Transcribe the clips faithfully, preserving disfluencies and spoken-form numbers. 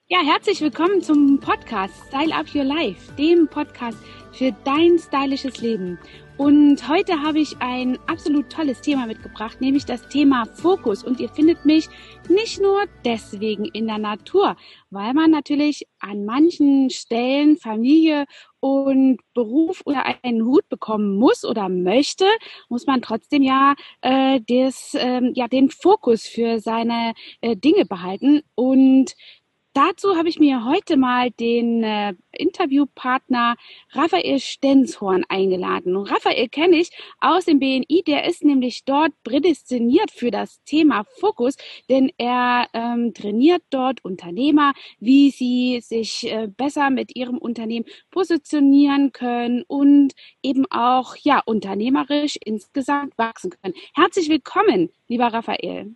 Ja, herzlich willkommen zum Podcast Style Up Your Life, dem Podcast für dein stylisches Leben. Und heute habe ich ein absolut tolles Thema mitgebracht, nämlich das Thema Fokus. Und ihr findet mich nicht nur deswegen in der Natur, weil man natürlich an manchen Stellen Familie und Beruf unter einen Hut bekommen muss oder möchte, muss man trotzdem ja, äh, des, äh, ja den Fokus für seine äh, Dinge behalten. Und dazu habe ich mir heute mal den äh, Interviewpartner Raphael Stenzhorn eingeladen. Und Raphael kenne ich aus dem B N I, der ist nämlich dort prädestiniert für das Thema Fokus, denn er ähm, trainiert dort Unternehmer, wie sie sich äh, besser mit ihrem Unternehmen positionieren können und eben auch ja unternehmerisch insgesamt wachsen können. Herzlich willkommen, lieber Raphael.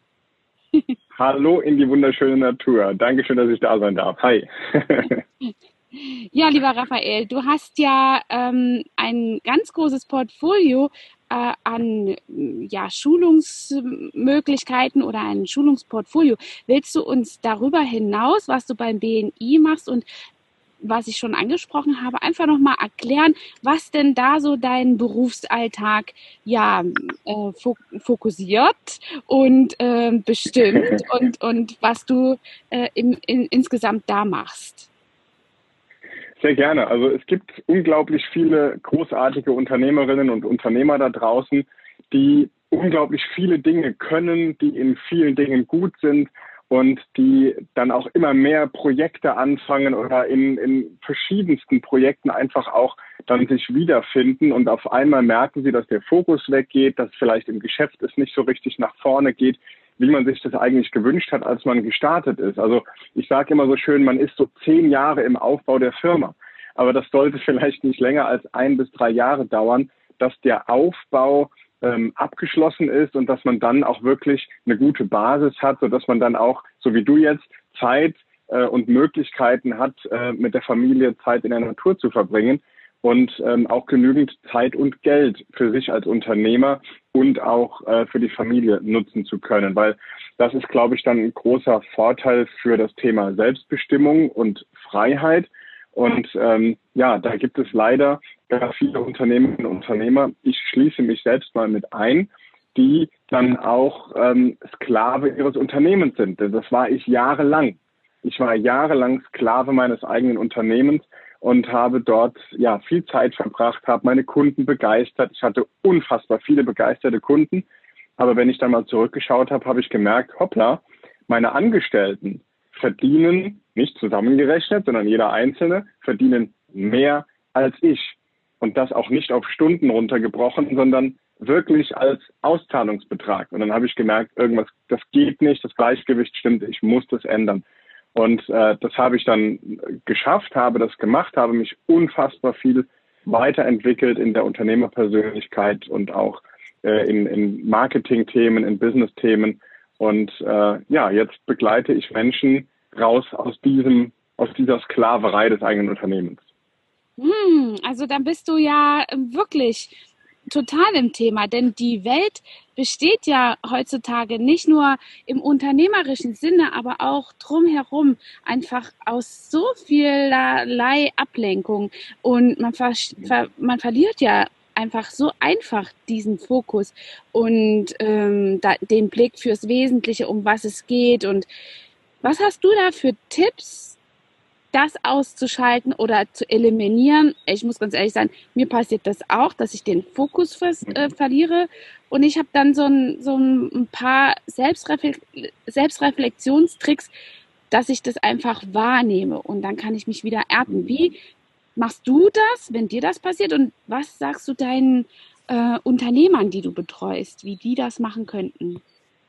Hallo in die wunderschöne Natur. Dankeschön, dass ich da sein darf. Hi. Ja, lieber Raphael, du hast ja ähm, ein ganz großes Portfolio äh, an ja, Schulungsmöglichkeiten oder ein Schulungsportfolio. Willst du uns darüber hinaus, was du beim B N I machst und was ich schon angesprochen habe, einfach nochmal erklären, was denn da so dein Berufsalltag ja äh, fokussiert und äh, bestimmt und, und was du äh, im, in, insgesamt da machst? Sehr gerne. Also es gibt unglaublich viele großartige Unternehmerinnen und Unternehmer da draußen, die unglaublich viele Dinge können, die in vielen Dingen gut sind und die dann auch immer mehr Projekte anfangen oder in, in verschiedensten Projekten einfach auch dann sich wiederfinden und auf einmal merken sie, dass der Fokus weggeht, dass vielleicht im Geschäft es nicht so richtig nach vorne geht, wie man sich das eigentlich gewünscht hat, als man gestartet ist. Also ich sage immer so schön, man ist so zehn Jahre im Aufbau der Firma. Aber das sollte vielleicht nicht länger als ein bis drei Jahre dauern, dass der Aufbau ähm, abgeschlossen ist und dass man dann auch wirklich eine gute Basis hat, sodass man dann auch, so wie du jetzt, Zeit äh, und Möglichkeiten hat, äh, mit der Familie Zeit in der Natur zu verbringen und ähm, auch genügend Zeit und Geld für sich als Unternehmer und auch äh, für die Familie nutzen zu können. Weil das ist, glaube ich, dann ein großer Vorteil für das Thema Selbstbestimmung und Freiheit. Und ähm, ja, da gibt es leider ganz viele Unternehmerinnen und Unternehmer, ich schließe mich selbst mal mit ein, die dann auch ähm, Sklave ihres Unternehmens sind. Das war ich jahrelang. Ich war jahrelang Sklave meines eigenen Unternehmens und habe dort ja viel Zeit verbracht, habe meine Kunden begeistert. Ich hatte unfassbar viele begeisterte Kunden. Aber wenn ich dann mal zurückgeschaut habe, habe ich gemerkt, hoppla, meine Angestellten verdienen, nicht zusammengerechnet, sondern jeder Einzelne, verdienen mehr als ich. Und das auch nicht auf Stunden runtergebrochen, sondern wirklich als Auszahlungsbetrag. Und dann habe ich gemerkt, irgendwas, das geht nicht, das Gleichgewicht stimmt, ich muss das ändern. Und äh, das habe ich dann geschafft, habe das gemacht, habe mich unfassbar viel weiterentwickelt in der Unternehmerpersönlichkeit und auch äh, in, in Marketing-Themen, in Business-Themen. Und äh, ja, jetzt begleite ich Menschen raus aus diesem, aus dieser Sklaverei des eigenen Unternehmens. Hm, also dann bist du ja wirklich total im Thema, denn die Welt besteht ja heutzutage nicht nur im unternehmerischen Sinne, aber auch drumherum einfach aus so vielerlei Ablenkung und man, ver ver man verliert ja einfach so einfach diesen Fokus und ähm, da, den Blick fürs Wesentliche, um was es geht. Und was hast du da für Tipps, das auszuschalten oder zu eliminieren? Ich muss ganz ehrlich sein, mir passiert das auch, dass ich den Fokus vers- äh, verliere und ich habe dann so ein, so ein paar Selbstrefle- Selbstreflexionstricks, dass ich das einfach wahrnehme und dann kann ich mich wieder erden. Wie machst du das, wenn dir das passiert, und was sagst du deinen äh, Unternehmern, die du betreust, wie die das machen könnten?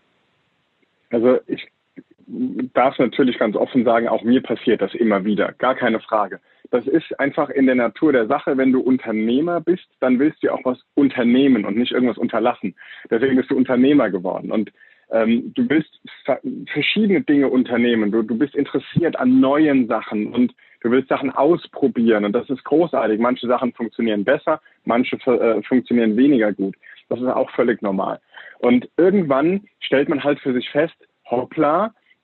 Also ich darf natürlich ganz offen sagen, auch mir passiert das immer wieder, gar keine Frage. Das ist einfach in der Natur der Sache. Wenn du Unternehmer bist, dann willst du auch was unternehmen und nicht irgendwas unterlassen. Deswegen bist du Unternehmer geworden und ähm, du willst verschiedene Dinge unternehmen. Du, du bist interessiert an neuen Sachen und du willst Sachen ausprobieren und das ist großartig. Manche Sachen funktionieren besser, manche äh, funktionieren weniger gut. Das ist auch völlig normal. Und irgendwann stellt man halt für sich fest, hoppla,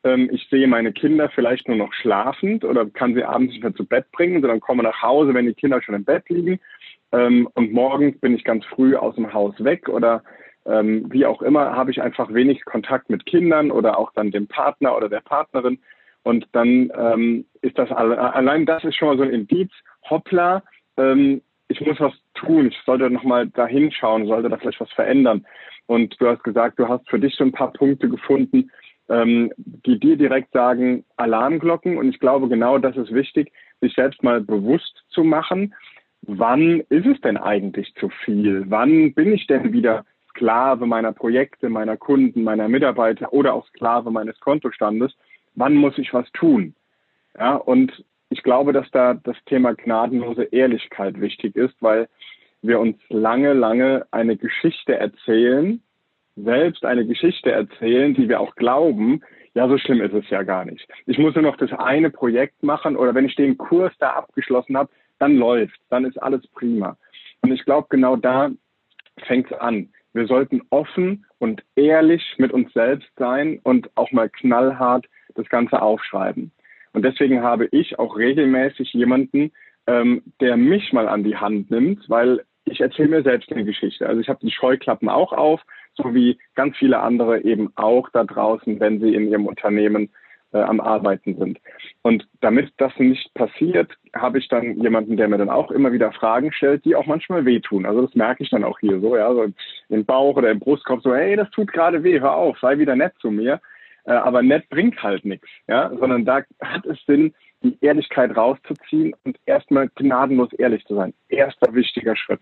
ähm, ich sehe meine Kinder vielleicht nur noch schlafend oder kann sie abends nicht mehr zu Bett bringen, sondern komme nach Hause, wenn die Kinder schon im Bett liegen. Ähm, und morgens bin ich ganz früh aus dem Haus weg oder ähm, wie auch immer, habe ich einfach wenig Kontakt mit Kindern oder auch dann dem Partner oder der Partnerin. Und dann ähm, ist das, alle, allein das ist schon mal so ein Indiz, hoppla, ähm, ich muss was tun, ich sollte nochmal da hinschauen, sollte da vielleicht was verändern. Und du hast gesagt, du hast für dich so ein paar Punkte gefunden, ähm, die dir direkt sagen, Alarmglocken. Und ich glaube, genau das ist wichtig, sich selbst mal bewusst zu machen, wann ist es denn eigentlich zu viel? Wann bin ich denn wieder Sklave meiner Projekte, meiner Kunden, meiner Mitarbeiter oder auch Sklave meines Kontostandes? Wann muss ich was tun? Ja, und ich glaube, dass da das Thema gnadenlose Ehrlichkeit wichtig ist, weil wir uns lange, lange eine Geschichte erzählen, selbst eine Geschichte erzählen, die wir auch glauben, ja, so schlimm ist es ja gar nicht. Ich muss nur noch das eine Projekt machen oder wenn ich den Kurs da abgeschlossen habe, dann läuft, dann ist alles prima. Und ich glaube, genau da fängt es an. Wir sollten offen und ehrlich mit uns selbst sein und auch mal knallhart das Ganze aufschreiben. Und deswegen habe ich auch regelmäßig jemanden, ähm, der mich mal an die Hand nimmt, weil ich erzähle mir selbst eine Geschichte. Also ich habe die Scheuklappen auch auf, so wie ganz viele andere eben auch da draußen, wenn sie in ihrem Unternehmen äh, am Arbeiten sind. Und damit das nicht passiert, habe ich dann jemanden, der mir dann auch immer wieder Fragen stellt, die auch manchmal wehtun. Also das merke ich dann auch hier so, ja, so im Bauch oder im Brustkorb, so, hey, das tut gerade weh, hör auf, sei wieder nett zu mir. Äh, aber nett bringt halt nichts, ja, sondern da hat es Sinn, die Ehrlichkeit rauszuziehen und erstmal gnadenlos ehrlich zu sein. Erster wichtiger Schritt.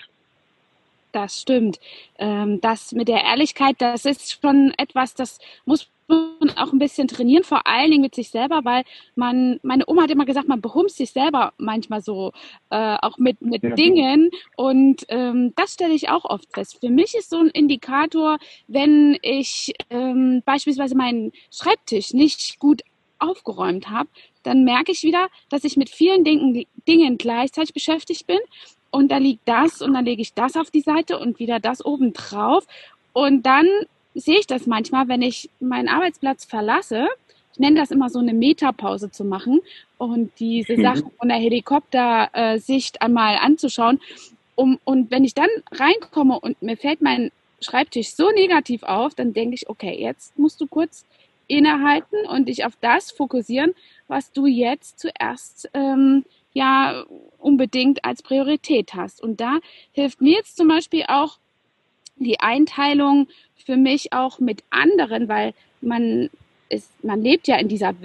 Das stimmt. Ähm, das mit der Ehrlichkeit, das ist schon etwas, das muss man auch ein bisschen trainieren, vor allen Dingen mit sich selber, weil man, meine Oma hat immer gesagt, man behumst sich selber manchmal so, äh, auch mit, mit Ja. Dingen und ähm, das stelle ich auch oft fest. Für mich ist so ein Indikator, wenn ich ähm, beispielsweise meinen Schreibtisch nicht gut aufgeräumt habe, dann merke ich wieder, dass ich mit vielen Dingen, Dingen gleichzeitig beschäftigt bin. Und da liegt das und dann lege ich das auf die Seite und wieder das oben drauf. Und dann sehe ich das manchmal, wenn ich meinen Arbeitsplatz verlasse. Ich nenne das immer so eine Metapause zu machen und diese mhm. Sachen von der Helikoptersicht einmal anzuschauen. Um, und wenn ich dann reinkomme und mir fällt mein Schreibtisch so negativ auf, dann denke ich, okay, jetzt musst du kurz innehalten und dich auf das fokussieren, was du jetzt zuerst ähm, ja unbedingt als Priorität hast. Und da hilft mir jetzt zum Beispiel auch die Einteilung für mich auch mit anderen, weil man ist, man lebt ja in dieser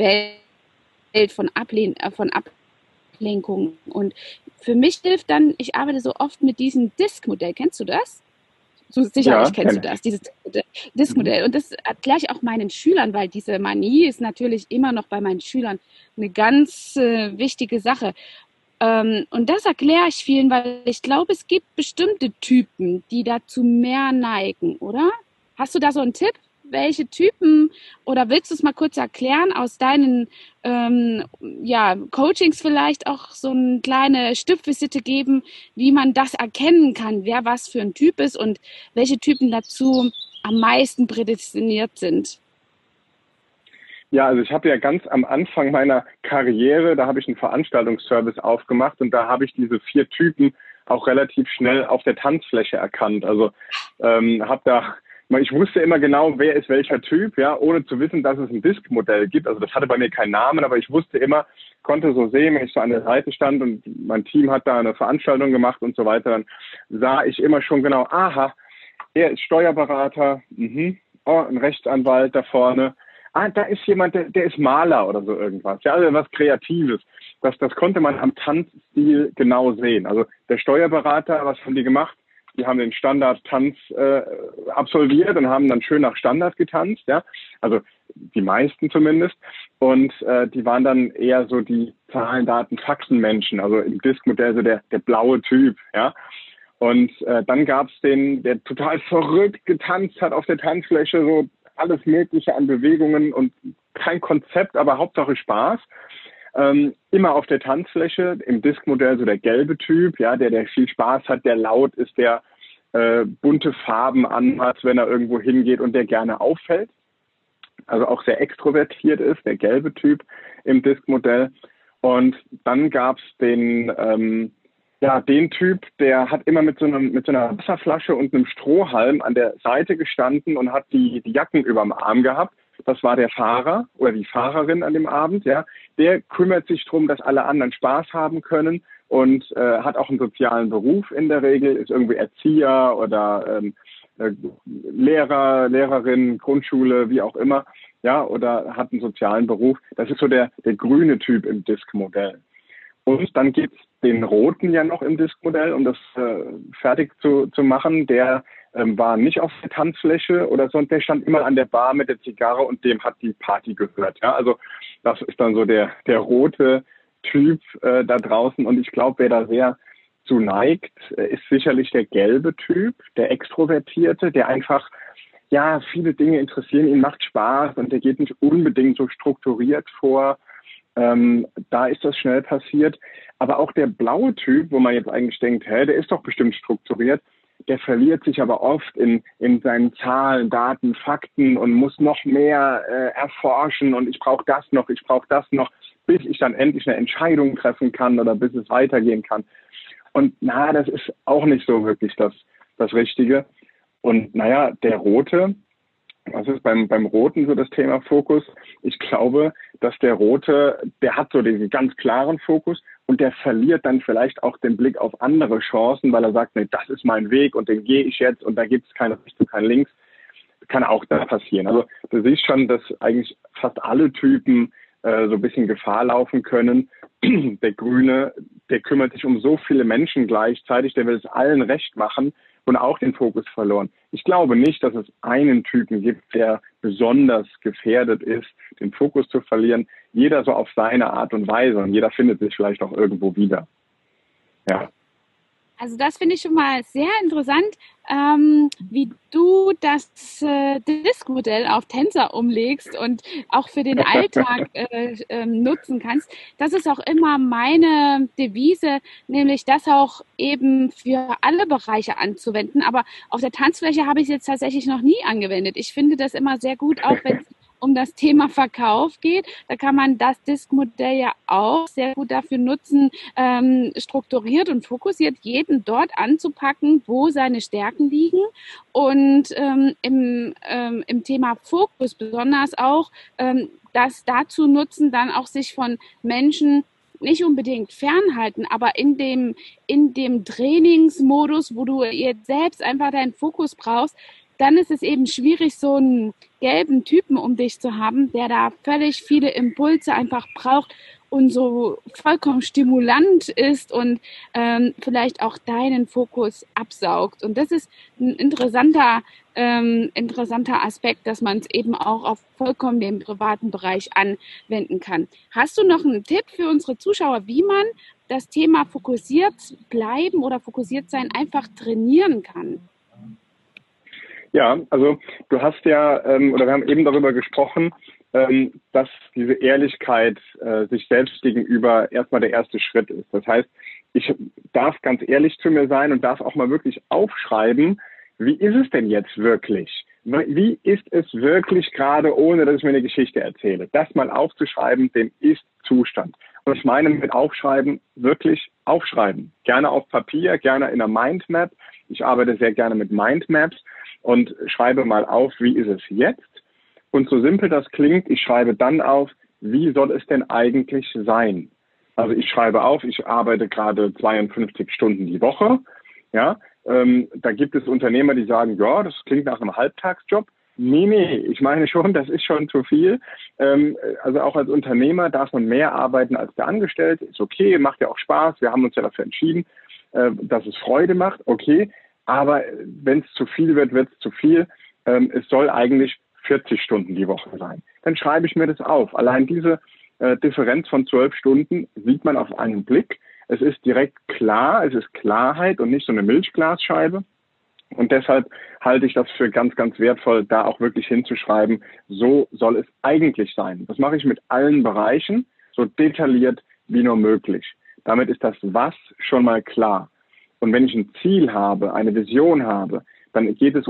Welt von, Ablehn, äh, von Ablenkung. Und für mich hilft dann, ich arbeite so oft mit diesem Disk-Modell. Kennst du das? So, sicherlich ja, kennst du das, dieses Disk-Modell. Und das erkläre ich auch meinen Schülern, weil diese Manie ist natürlich immer noch bei meinen Schülern eine ganz äh, wichtige Sache. Ähm, und das erkläre ich vielen, weil ich glaube, es gibt bestimmte Typen, die dazu mehr neigen, oder? Hast du da so einen Tipp? Welche Typen, oder willst du es mal kurz erklären aus deinen ähm, ja, Coachings vielleicht auch so eine kleine Stiftvisite geben, wie man das erkennen kann, wer was für ein Typ ist und welche Typen dazu am meisten prädestiniert sind? Ja, also ich habe ja ganz am Anfang meiner Karriere, da habe ich einen Veranstaltungsservice aufgemacht und da habe ich diese vier Typen auch relativ schnell auf der Tanzfläche erkannt. Also ähm, habe da Ich wusste immer genau, wer ist welcher Typ, ja, ohne zu wissen, dass es ein Disk-Modell gibt. Also das hatte bei mir keinen Namen, aber ich wusste immer, konnte so sehen, wenn ich so an der Seite stand und mein Team hat da eine Veranstaltung gemacht und so weiter, dann sah ich immer schon genau, aha, er ist Steuerberater, mhm, oh, ein Rechtsanwalt da vorne. Ah, da ist jemand, der, der ist Maler oder so irgendwas, ja, also was Kreatives. Das, das konnte man am Tanzstil genau sehen. Also der Steuerberater, was haben die gemacht? Die haben den Standard-Tanz äh, absolviert und haben dann schön nach Standard getanzt, ja, also die meisten zumindest. Und äh, die waren dann eher so die Zahlen, Daten, Fakten-Menschen, also im Disk-Modell so der, der blaue Typ, ja. Und äh, dann gab's den, der total verrückt getanzt hat auf der Tanzfläche, so alles Mögliche an Bewegungen und kein Konzept, aber Hauptsache Spaß. Ähm, immer auf der Tanzfläche, im Disk-Modell so der gelbe Typ, ja, der, der viel Spaß hat, der laut ist, der äh, bunte Farben anhat, wenn er irgendwo hingeht und der gerne auffällt. also auch sehr extrovertiert ist, der gelbe Typ im Disk-Modell. Und dann gab es den, ähm, ja, den Typ, der hat immer mit so, einem, mit so einer Wasserflasche und einem Strohhalm an der Seite gestanden und hat die, die Jacken überm Arm gehabt. Das war der Fahrer oder die Fahrerin an dem Abend, ja. Der kümmert sich darum, dass alle anderen Spaß haben können und äh, hat auch einen sozialen Beruf in der Regel, ist irgendwie Erzieher oder ähm, äh, Lehrer, Lehrerin, Grundschule, wie auch immer, ja, oder hat einen sozialen Beruf. Das ist so der, der grüne Typ im Disk-Modell. Und dann gibt's den roten ja noch im Disk-Modell, um das äh, fertig zu, zu machen. Der ähm, war nicht auf der Tanzfläche oder so, und der stand immer an der Bar mit der Zigarre und dem hat die Party gehört. Ja, also das ist dann so der, der rote Typ äh, da draußen. Und ich glaube, wer da sehr zu neigt, äh, ist sicherlich der gelbe Typ, der Extrovertierte, der einfach, ja, viele Dinge interessieren ihn, macht Spaß und der geht nicht unbedingt so strukturiert vor. Ähm, da ist das schnell passiert. Aber auch der blaue Typ, wo man jetzt eigentlich denkt, hä, der ist doch bestimmt strukturiert, der verliert sich aber oft in, in seinen Zahlen, Daten, Fakten und muss noch mehr äh, erforschen und ich brauche das noch, ich brauche das noch, bis ich dann endlich eine Entscheidung treffen kann oder bis es weitergehen kann. Und na, das ist auch nicht so wirklich das, das Richtige. Und naja, der Rote, was ist beim, beim Roten so das Thema Fokus? Ich glaube, dass der Rote, der hat so diesen ganz klaren Fokus und der verliert dann vielleicht auch den Blick auf andere Chancen, weil er sagt, nee, das ist mein Weg und den gehe ich jetzt und da gibt es keine Richtung, kein Links. Kann auch da passieren. Also du siehst schon, dass eigentlich fast alle Typen äh, so ein bisschen Gefahr laufen können. Der Grüne, der kümmert sich um so viele Menschen gleichzeitig, der will es allen recht machen und auch den Fokus verloren. Ich glaube nicht, dass es einen Typen gibt, der besonders gefährdet ist, den Fokus zu verlieren. Jeder so auf seine Art und Weise und jeder findet sich vielleicht auch irgendwo wieder. Ja. Also das finde ich schon mal sehr interessant, ähm, wie du das äh, Disk-Modell auf Tänzer umlegst und auch für den Alltag äh, äh, nutzen kannst. Das ist auch immer meine Devise, nämlich das auch eben für alle Bereiche anzuwenden. Aber auf der Tanzfläche habe ich es jetzt tatsächlich noch nie angewendet. Ich finde das immer sehr gut, auch wenn es um das Thema Verkauf geht. Da kann man das Disk-Modell ja auch sehr gut dafür nutzen, ähm, strukturiert und fokussiert jeden dort anzupacken, wo seine Stärken liegen. Und ähm, im, ähm, im Thema Fokus besonders auch ähm, das dazu nutzen, dann auch sich von Menschen nicht unbedingt fernhalten, aber in dem, in dem Trainingsmodus, wo du jetzt selbst einfach deinen Fokus brauchst, dann ist es eben schwierig, so einen gelben Typen um dich zu haben, der da völlig viele Impulse einfach braucht und so vollkommen stimulant ist und ähm, vielleicht auch deinen Fokus absaugt. Und das ist ein interessanter, ähm, interessanter Aspekt, dass man es eben auch auf vollkommen den privaten Bereich anwenden kann. Hast du noch einen Tipp für unsere Zuschauer, wie man das Thema fokussiert bleiben oder fokussiert sein einfach trainieren kann? Ja, also du hast ja, ähm, oder wir haben eben darüber gesprochen, ähm, dass diese Ehrlichkeit äh, sich selbst gegenüber erstmal der erste Schritt ist. Das heißt, ich darf ganz ehrlich zu mir sein und darf auch mal wirklich aufschreiben, wie ist es denn jetzt wirklich? Wie ist es wirklich gerade, ohne dass ich mir eine Geschichte erzähle? Das mal aufzuschreiben, den Ist-Zustand. Und ich meine mit Aufschreiben, wirklich aufschreiben. Gerne auf Papier, gerne in einer Mindmap. Ich arbeite sehr gerne mit Mindmaps und schreibe mal auf, wie ist es jetzt? Und so simpel das klingt, ich schreibe dann auf, wie soll es denn eigentlich sein? Also ich schreibe auf, ich arbeite gerade zweiundfünfzig Stunden die Woche. Ja, ähm, da gibt es Unternehmer, die sagen, ja, das klingt nach einem Halbtagsjob. Nee, nee, ich meine schon, das ist schon zu viel. Ähm, also auch als Unternehmer darf man mehr arbeiten als der Angestellte. Ist okay, macht ja auch Spaß. Wir haben uns ja dafür entschieden, äh, dass es Freude macht. Okay. Aber wenn es zu viel wird, wird es zu viel. Ähm, es soll eigentlich vierzig Stunden die Woche sein. Dann schreibe ich mir das auf. Allein diese äh, Differenz von zwölf Stunden sieht man auf einen Blick. Es ist direkt klar, es ist Klarheit und nicht so eine Milchglasscheibe. Und deshalb halte ich das für ganz, ganz wertvoll, da auch wirklich hinzuschreiben, so soll es eigentlich sein. Das mache ich mit allen Bereichen, so detailliert wie nur möglich. Damit ist das Was schon mal klar. Und wenn ich ein Ziel habe, eine Vision habe, dann geht es um das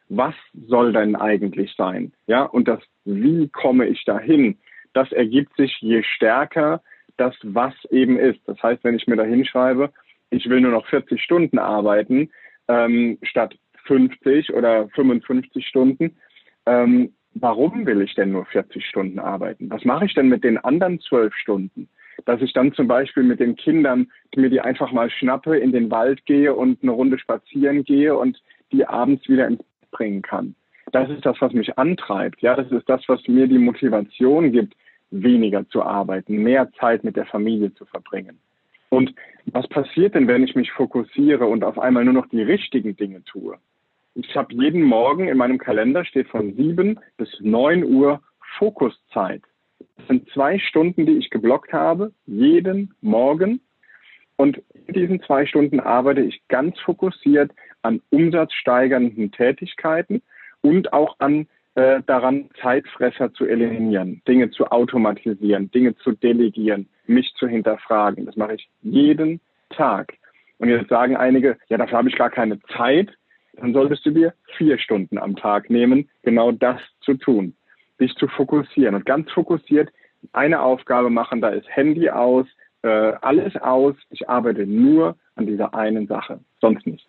was soll denn eigentlich sein? Ja, und das wie komme ich dahin? Das ergibt sich, je stärker das was eben ist. Das heißt, wenn ich mir da hinschreibe, ich will nur noch vierzig Stunden arbeiten, ähm, statt fünfzig oder fünfundfünfzig Stunden, ähm, warum will ich denn nur vierzig Stunden arbeiten? Was mache ich denn mit den anderen zwölf Stunden? Dass ich dann zum Beispiel mit den Kindern, mir die einfach mal schnappe, in den Wald gehe und eine Runde spazieren gehe und die abends wieder ins Bett bringen kann. Das ist das, was mich antreibt. Ja, das ist das, was mir die Motivation gibt, weniger zu arbeiten, mehr Zeit mit der Familie zu verbringen. Und was passiert denn, wenn ich mich fokussiere und auf einmal nur noch die richtigen Dinge tue? Ich habe jeden Morgen in meinem Kalender steht von sieben bis neun Uhr Fokuszeit. Das sind zwei Stunden, die ich geblockt habe, jeden Morgen. Und in diesen zwei Stunden arbeite ich ganz fokussiert an umsatzsteigernden Tätigkeiten und auch an äh, daran, Zeitfresser zu eliminieren, Dinge zu automatisieren, Dinge zu delegieren, mich zu hinterfragen. Das mache ich jeden Tag. Und jetzt sagen einige, ja, dafür habe ich gar keine Zeit. Dann solltest du dir vier Stunden am Tag nehmen, genau das zu tun, dich zu fokussieren und ganz fokussiert eine Aufgabe machen, da ist Handy aus, äh, alles aus, ich arbeite nur an dieser einen Sache, sonst nicht.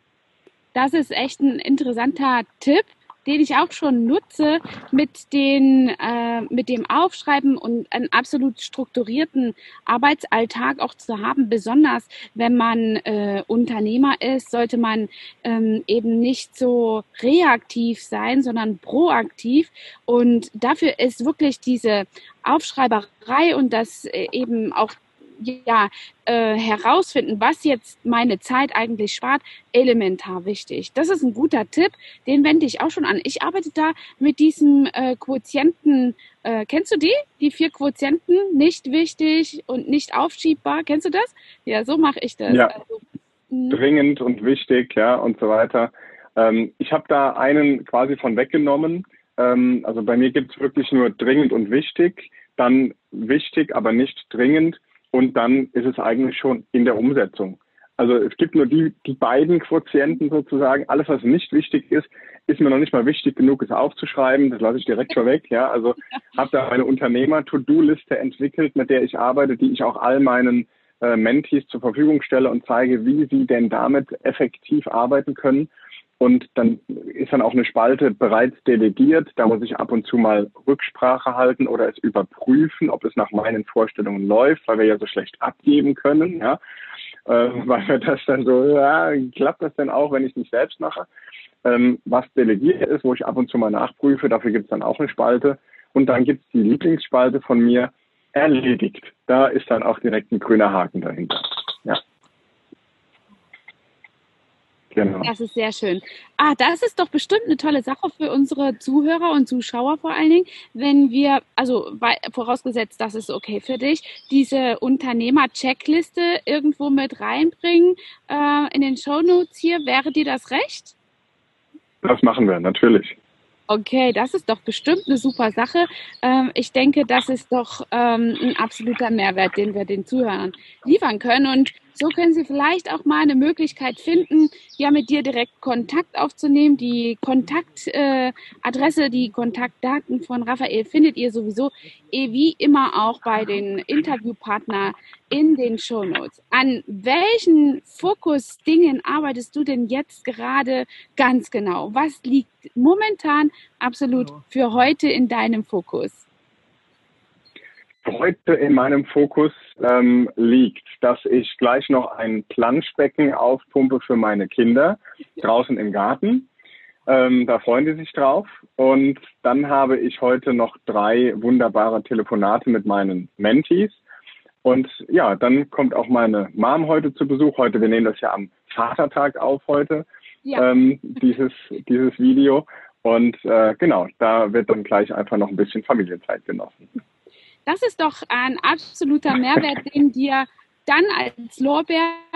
Das ist echt ein interessanter Tipp, den ich auch schon nutze mit den äh, mit dem Aufschreiben und einen absolut strukturierten Arbeitsalltag auch zu haben. Besonders wenn man äh, Unternehmer ist, sollte man ähm, eben nicht so reaktiv sein, sondern proaktiv. Und dafür ist wirklich diese Aufschreiberei und das äh, eben auch ja, äh, herausfinden, was jetzt meine Zeit eigentlich spart, elementar wichtig. Das ist ein guter Tipp, den wende ich auch schon an. Ich arbeite da mit diesem äh, Quotienten, äh, kennst du die? Die vier Quotienten, nicht wichtig und nicht aufschiebbar, kennst du das? Ja, so mache ich das. Ja, also, dringend und wichtig, ja, und so weiter. Ähm, ich habe da einen quasi von weggenommen. Ähm, also bei mir gibt es wirklich nur dringend und wichtig, dann wichtig, aber nicht dringend. Und dann ist es eigentlich schon in der Umsetzung. Also es gibt nur die, die beiden Quotienten sozusagen. Alles, was nicht wichtig ist, ist mir noch nicht mal wichtig genug, es aufzuschreiben. Das lasse ich direkt vorweg. Ja, also habe da eine Unternehmer-To-Do-Liste entwickelt, mit der ich arbeite, die ich auch all meinen äh, Mentees zur Verfügung stelle und zeige, wie sie denn damit effektiv arbeiten können. Und dann ist dann auch eine Spalte bereits delegiert. Da muss ich ab und zu mal Rücksprache halten oder es überprüfen, ob es nach meinen Vorstellungen läuft, weil wir ja so schlecht abgeben können. Ja, ähm, weil wir das dann so, ja, klappt das denn auch, wenn ich es nicht selbst mache? Ähm, was delegiert ist, wo ich ab und zu mal nachprüfe, dafür gibt es dann auch eine Spalte. Und dann gibt es die Lieblingsspalte von mir, erledigt. Da ist dann auch direkt ein grüner Haken dahinter. Ja. Genau. Das ist sehr schön. Ah, das ist doch bestimmt eine tolle Sache für unsere Zuhörer und Zuschauer vor allen Dingen, wenn wir, also weil, vorausgesetzt, das ist okay für dich, diese Unternehmer-Checkliste irgendwo mit reinbringen äh, in den Shownotes hier. Wäre dir das recht? Das machen wir, natürlich. Okay, das ist doch bestimmt eine super Sache. Ähm, ich denke, das ist doch ähm, ein absoluter Mehrwert, den wir den Zuhörern liefern können. Und so können Sie vielleicht auch mal eine Möglichkeit finden, ja mit dir direkt Kontakt aufzunehmen. Die Kontaktadresse, äh, die Kontaktdaten von Raphael findet ihr sowieso eh wie immer auch bei den Interviewpartnern in den Shownotes. An welchen Fokusdingen arbeitest du denn jetzt gerade ganz genau? Was liegt momentan absolut für heute in deinem Fokus? Heute in meinem Fokus ähm, liegt, dass ich gleich noch ein Planschbecken aufpumpe für meine Kinder draußen im Garten. Ähm, da freuen die sich drauf. Und dann habe ich heute noch drei wunderbare Telefonate mit meinen Mentees. Und ja, dann kommt auch meine Mom heute zu Besuch. Heute, wir nehmen das ja am Vatertag auf heute, ja. ähm, dieses, dieses Video. Und äh, genau, da wird dann gleich einfach noch ein bisschen Familienzeit genossen. Das ist doch ein absoluter Mehrwert, den dir dann als Lorbeeren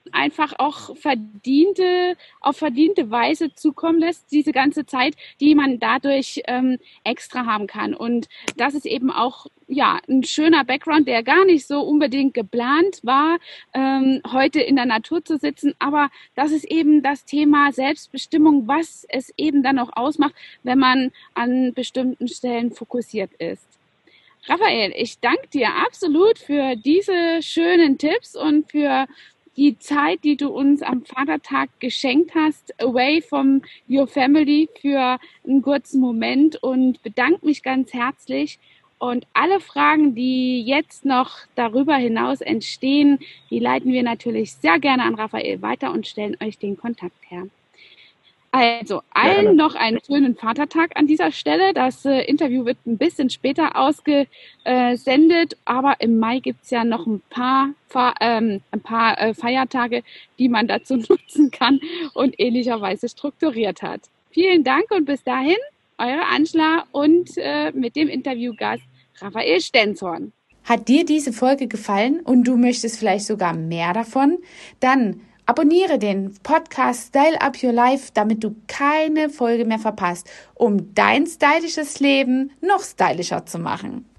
einfach auch verdiente, auf verdiente Weise zukommen lässt, diese ganze Zeit, die man dadurch ähm, extra haben kann. Und das ist eben auch ja ein schöner Background, der gar nicht so unbedingt geplant war, ähm, heute in der Natur zu sitzen. Aber das ist eben das Thema Selbstbestimmung, was es eben dann auch ausmacht, wenn man an bestimmten Stellen fokussiert ist. Raphael, ich danke dir absolut für diese schönen Tipps und für die Zeit, die du uns am Vatertag geschenkt hast, away from your family, für einen kurzen Moment, und bedanke mich ganz herzlich. Und alle Fragen, die jetzt noch darüber hinaus entstehen, die leiten wir natürlich sehr gerne an Raphael weiter und stellen euch den Kontakt her. Also, allen Gerne. Noch einen schönen Vatertag an dieser Stelle. Das äh, Interview wird ein bisschen später ausgesendet, aber im Mai gibt es ja noch ein paar, ähm, ein paar äh, Feiertage, die man dazu nutzen kann und ähnlicherweise strukturiert hat. Vielen Dank und bis dahin, eure Angela und äh, mit dem Interviewgast Raphael Stenzhorn. Hat dir diese Folge gefallen und du möchtest vielleicht sogar mehr davon? Dann abonniere den Podcast Style Up Your Life, damit du keine Folge mehr verpasst, um dein stylisches Leben noch stylischer zu machen.